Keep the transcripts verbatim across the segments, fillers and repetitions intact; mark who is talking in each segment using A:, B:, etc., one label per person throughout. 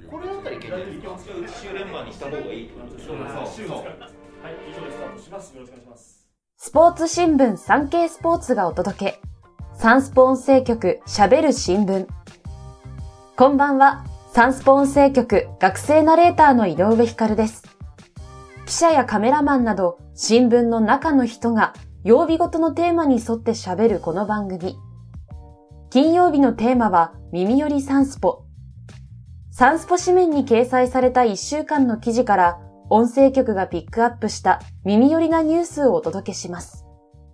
A: これだったらいけるんじゃないですか。週連番にした方がいいってことでしょ。
B: 週ですから。はい、以上でスタートします。よろしくお願いします。
C: スポーツ新聞サンケイスポーツがお届け。サンスポ音声局しゃべる新聞。こんばんは。サンスポ音声局学生ナレーターの井上光です。記者やカメラマンなど新聞の中の人が曜日ごとのテーマに沿ってしゃべるこの番組。金曜日のテーマは耳よりサンスポ。サンスポ紙面に掲載されたいっしゅうかんの記事から音声局がピックアップした耳寄りなニュースをお届けします。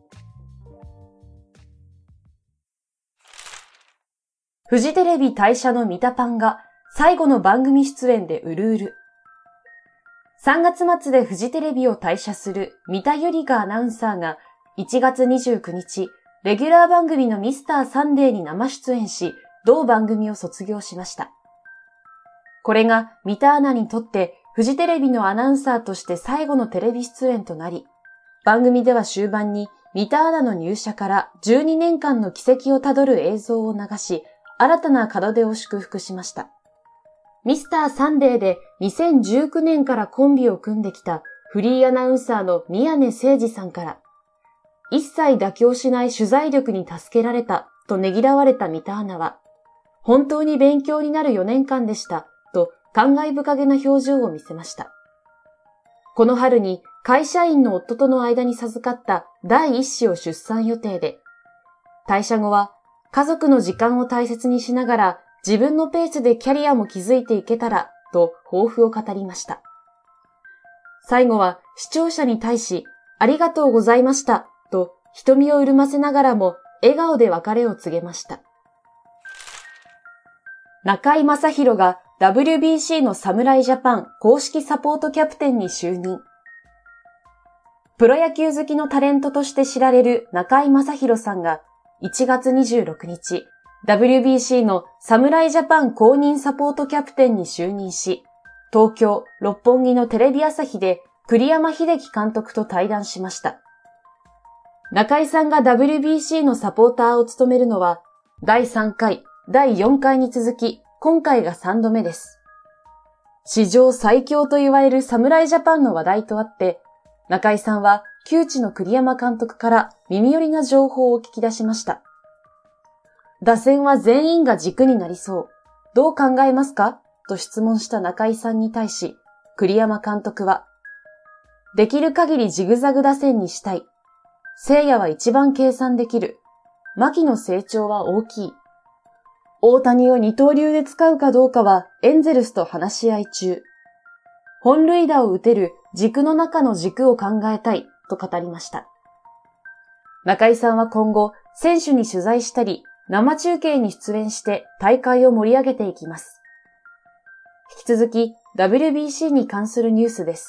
C: フジテレビ退社のミタパンが最後の番組出演でうるうる。さんがつ末でフジテレビを退社する三田ゆりかアナウンサーがいちがつにじゅうくにち、レギュラー番組のミスターサンデーに生出演し、同番組を卒業しました。これが三田アナにとってフジテレビのアナウンサーとして最後のテレビ出演となり、番組では終盤に三田アナの入社からじゅうにねんかんの軌跡をたどる映像を流し、新たな門出を祝福しました。ミスターサンデーでにせんじゅうきゅうねんからコンビを組んできたフリーアナウンサーの宮根誠司さんから、一切妥協しない取材力に助けられたとねぎらわれた三田アナは、本当に勉強になるよねんかんでしたと感慨深げな表情を見せました。この春に会社員の夫との間に授かった第一子を出産予定で、退社後は家族の時間を大切にしながら自分のペースでキャリアも築いていけたらと抱負を語りました。最後は視聴者に対しありがとうございましたと瞳を潤ませながらも笑顔で別れを告げました。中居正広がダブリュービーシー の侍ジャパン公式サポートキャプテンに就任。プロ野球好きのタレントとして知られる中居正広さんがいちがつにじゅうろくにち、ダブリュービーシー の侍ジャパン公認サポートキャプテンに就任し、東京・六本木のテレビ朝日で栗山英樹監督と対談しました。中居さんが ダブリュービーシー のサポーターを務めるのは、だいさんかい、だいよんかいに続き、今回がさんどめです。史上最強と言われる侍ジャパンの話題とあって、中居さんは旧知の栗山監督から耳寄りな情報を聞き出しました。打線は全員が軸になりそう。どう考えますかと質問した中居さんに対し、栗山監督は、できる限りジグザグ打線にしたい。聖夜は一番計算できる。牧の成長は大きい。大谷を二刀流で使うかどうかはエンゼルスと話し合い中。本塁打を打てる軸の中の軸を考えたいと語りました。中居さんは今後、選手に取材したり、生中継に出演して大会を盛り上げていきます。引き続き ダブリュービーシー に関するニュースです。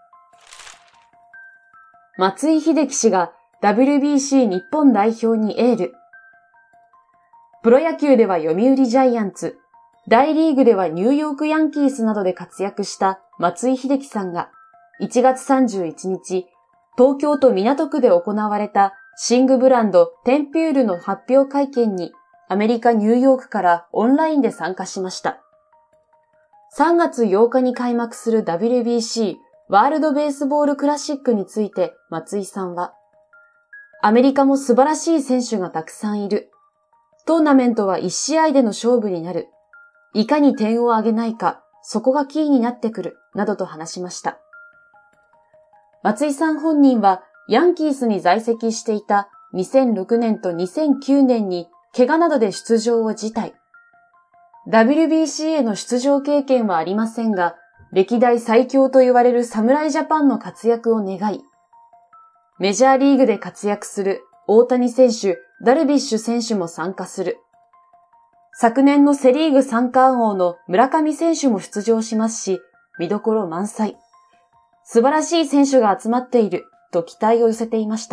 C: 松井秀喜氏が ダブリュービーシー 日本代表にエール。プロ野球では読売ジャイアンツ、大リーグではニューヨークヤンキースなどで活躍した松井秀喜さんがいちがつさんじゅういちにち、東京都港区で行われた寝具ブランドテンピュールの発表会見にアメリカ・ニューヨークからオンラインで参加しました。さんがつようかに開幕する ダブリュービーシー ワールドベースボールクラシックについて松井さんは、アメリカも素晴らしい選手がたくさんいる。トーナメントはいちしあいでの勝負になる。いかに点を上げないか、そこがキーになってくる、などと話しました。松井さん本人は、ヤンキースに在籍していたにせんろくねんとにせんきゅうねんに怪我などで出場を辞退。ダブリュービーシー への出場経験はありませんが、歴代最強と言われる侍ジャパンの活躍を願い、メジャーリーグで活躍する大谷選手、ダルビッシュ選手も参加する。昨年のセリーグ三冠王の村上選手も出場しますし、見どころ満載。素晴らしい選手が集まっていると期待を寄せていました。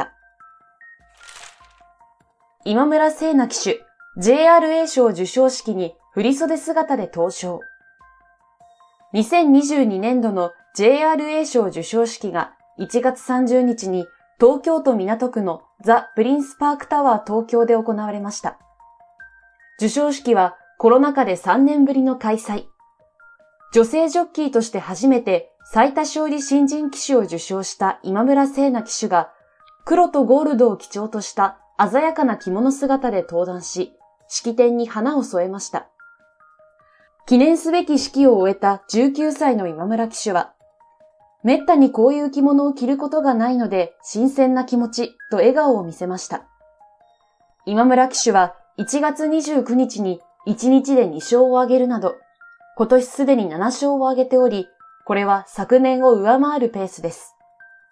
C: 今村聖奈騎手、ジェイアールエー 賞受賞式に振袖姿で登場。にせんにじゅうにねんどの ジェイアールエー 賞受賞式がいちがつさんじゅうにちに東京都港区のザ・プリンスパークタワー東京で行われました。受賞式はコロナ禍でさんねんぶりの開催。 女性ジョッキーとして初めて最多勝利新人騎手を受賞した今村聖奈騎手が、黒とゴールドを基調とした鮮やかな着物姿で登壇し、式典に花を添えました。記念すべき式を終えたじゅうきゅうさいの今村騎手は、めったにこういう着物を着ることがないので新鮮な気持ちと笑顔を見せました。今村騎手はいちがつにじゅうくにちにいちにちでにしょうを挙げるなど、今年すでにななしょうを挙げており、これは昨年を上回るペースです。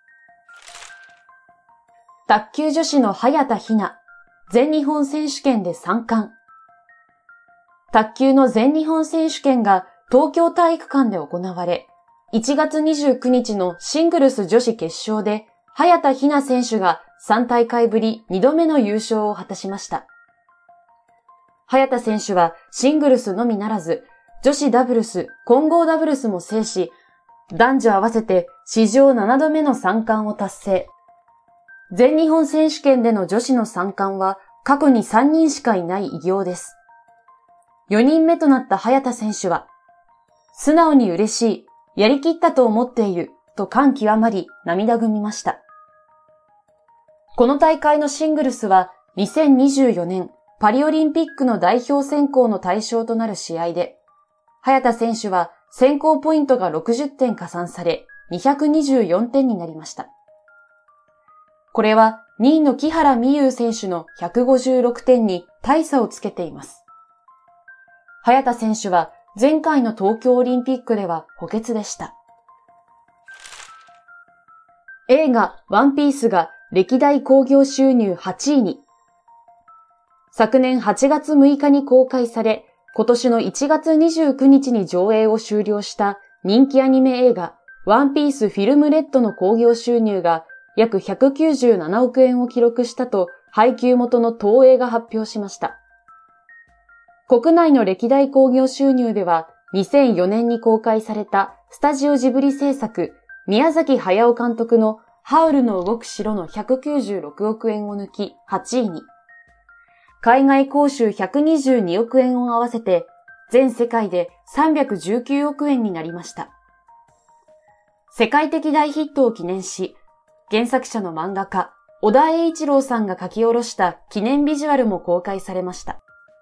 C: 卓球女子の早田ひな、全日本選手権でさんかん。卓球の全日本選手権が東京体育館で行われ、いちがつにじゅうくにちのシングルス女子決勝で、早田ひな選手がさんたいかいぶりにどめの優勝を果たしました。早田選手はシングルスのみならず、女子ダブルス、混合ダブルスも制し、男女合わせて史上ななどめの三冠を達成。全日本選手権での女子の三冠は過去にさんにんしかいない偉業です。よにんめとなった早田選手は、素直に嬉しい、やりきったと思っている、と感極まり涙ぐみました。この大会のシングルスはにせんにじゅうよねんパリオリンピックの代表選考の対象となる試合で、早田選手は選考ポイントがろくじゅってん加算されにひゃくにじゅうよんてんになりました。これはにいの木原美悠選手のひゃくごじゅうろくてんに大差をつけています。早田選手は前回の東京オリンピックでは補欠でした。映画ワンピースが歴代興行収入はちいに。昨年はちがつむいかに公開され、今年のいちがつにじゅうくにちに上映を終了した人気アニメ映画ワンピースフィルムレッドの興行収入が約ひゃくきゅうじゅうななおくえんを記録したと配給元の東映が発表しました。国内の歴代興行収入ではにせんよねんに公開されたスタジオジブリ制作宮崎駿監督のハウルの動く城のひゃくきゅうじゅうろくおくえんを抜きはちいに。海外興収ひゃくにじゅうにおくえんを合わせて全世界でさんびゃくじゅうきゅうおくえんになりました。世界的大ヒットを記念し、原作者の漫画家尾田栄一郎さんが書き下ろした記念ビジュアルも公開されました。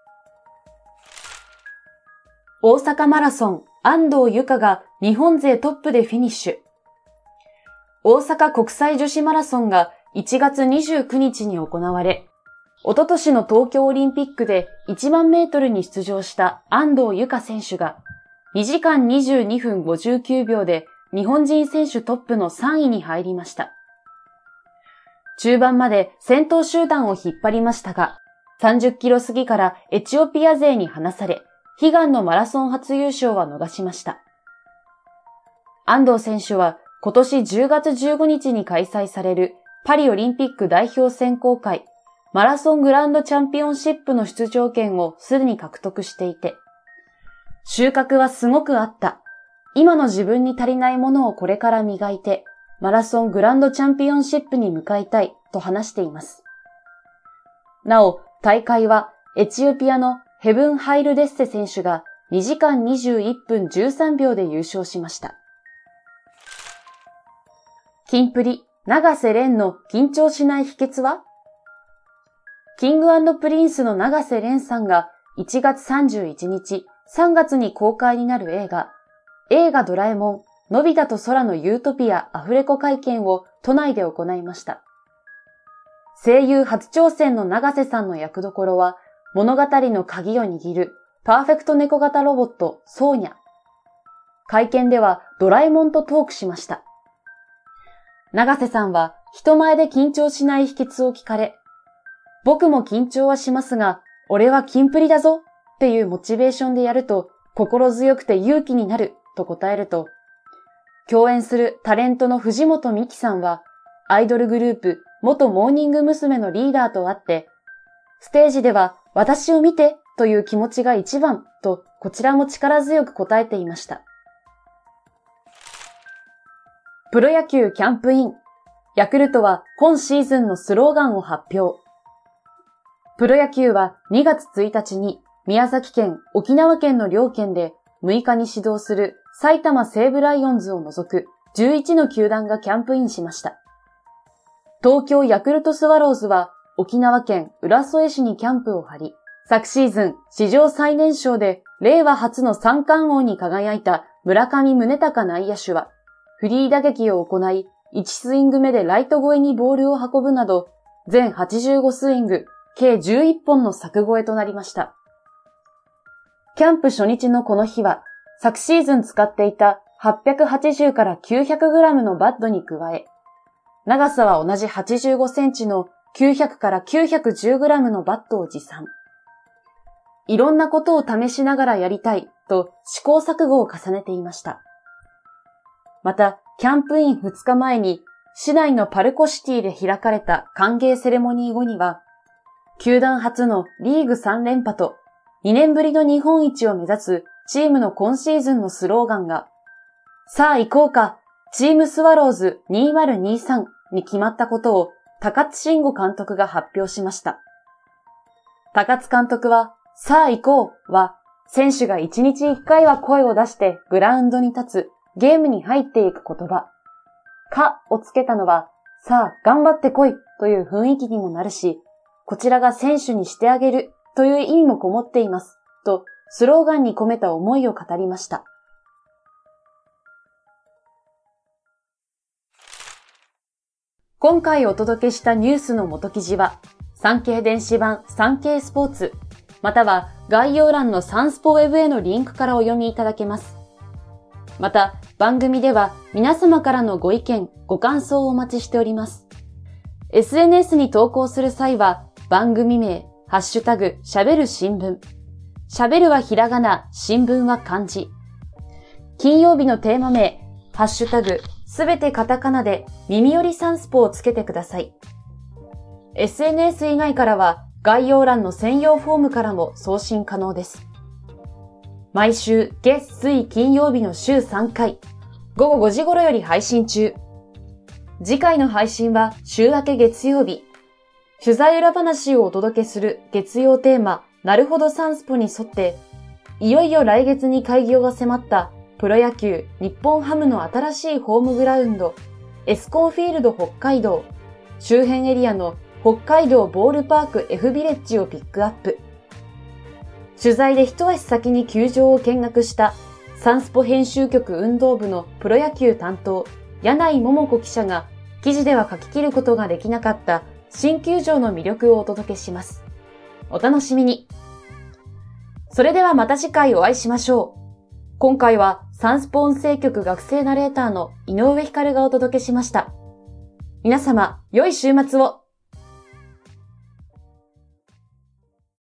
C: 大阪マラソン安藤友香が日本勢トップでフィニッシュ。大阪国際女子マラソンがいちがつにじゅうくにちに行われ、おととしの東京オリンピックでいちまんメートルに出場した安藤友香選手がにじかんにじゅうにふんごじゅうきゅうびょうで日本人選手トップのさんいに入りました。中盤まで先頭集団を引っ張りましたが、さんじゅっキロ過ぎからエチオピア勢に離され、悲願のマラソン初優勝は逃しました。安藤選手は今年じゅうがつじゅうごにちに開催されるパリオリンピック代表選考会マラソングランドチャンピオンシップの出場権をすでに獲得していて、収穫はすごくあった。今の自分に足りないものをこれから磨いて、マラソングランドチャンピオンシップに向かいたいと話しています。なお、大会はエチオピアのヘブン・ハイルデッセ選手がにじかんにじゅういっぷんじゅうさんびょうで優勝しました。キンプリ、永瀬廉の緊張しない秘訣は？キング&プリンスの永瀬廉さんがいちがつさんじゅういちにち、さんがつに公開になる映画、映画ドラえもん、のび太と空のユートピアアフレコ会見を都内で行いました。声優初挑戦の永瀬さんの役どころは、物語の鍵を握るパーフェクト猫型ロボット、ソーニャ。会見ではドラえもんとトークしました。永瀬さんは人前で緊張しない秘訣を聞かれ、僕も緊張はしますが、俺はキンプリだぞっていうモチベーションでやると心強くて勇気になると答えると、共演するタレントの藤本美貴さんはアイドルグループ元モーニング娘。のリーダーと会って、ステージでは私を見てという気持ちが一番とこちらも力強く答えていました。プロ野球キャンプイン。ヤクルトは今シーズンのスローガンを発表。プロ野球はにがつついたちに宮崎県、沖縄県の両県でむいかに始動する埼玉西武ライオンズを除くじゅういちの球団がキャンプインしました。東京ヤクルトスワローズは沖縄県浦添市にキャンプを張り、昨シーズン史上最年少で令和初の三冠王に輝いた村上宗隆内野手はフリー打撃を行い、いちスイング目でライト越えにボールを運ぶなど、全はちじゅうごスイング、計じゅういっぽんの柵越えとなりました。キャンプ初日のこの日は、昨シーズン使っていたはっぴゃくはちじゅうからきゅうひゃくグラムのバットに加え、長さは同じはちじゅうごセンチのきゅうひゃくからきゅうひゃくじゅうグラムのバットを持参。いろんなことを試しながらやりたいと試行錯誤を重ねていました。また、キャンプインふつかまえに市内のパルコシティで開かれた歓迎セレモニー後には、球団初のリーグさんれんぱとにねんぶりの日本一を目指すチームの今シーズンのスローガンが、さあ行こうか、チームスワローズにせんにじゅうさんに決まったことを高津臣吾監督が発表しました。高津監督は、さあ行こうは、選手がいちにちいっかいは声を出してグラウンドに立つゲームに入っていく言葉。かをつけたのは、さあ頑張ってこいという雰囲気にもなるし、こちらが選手にしてあげるという意味もこもっています、とスローガンに込めた思いを語りました。今回お届けしたニュースの元記事は、産経電子版産経スポーツ、または概要欄のサンスポウェブへのリンクからお読みいただけます。また、番組では皆様からのご意見、ご感想をお待ちしております。エスエヌエス に投稿する際は、番組名、ハッシュタグ、しゃべる新聞。しゃべるはひらがな、新聞は漢字。金曜日のテーマ名、ハッシュタグ、すべてカタカナで耳よりサンスポをつけてください。エスエヌエス 以外からは概要欄の専用フォームからも送信可能です。毎週月水金曜日の週さんかい、ごごごじ頃より配信中。次回の配信は週明け月曜日。取材裏話をお届けする月曜テーマ、なるほどサンスポに沿って、いよいよ来月に開業が迫ったプロ野球日本ハムの新しいホームグラウンド、エスコンフィールド北海道、周辺エリアの北海道ボールパーク F ビレッジをピックアップ。取材で一足先に球場を見学したサンスポ編集局運動部のプロ野球担当、柳井桃子記者が記事では書き切ることができなかった新球場の魅力をお届けします。お楽しみに。それではまた次回お会いしましょう。今回はサンスポ音声局学生ナレーターの井上光がお届けしました。皆様、良い週末を。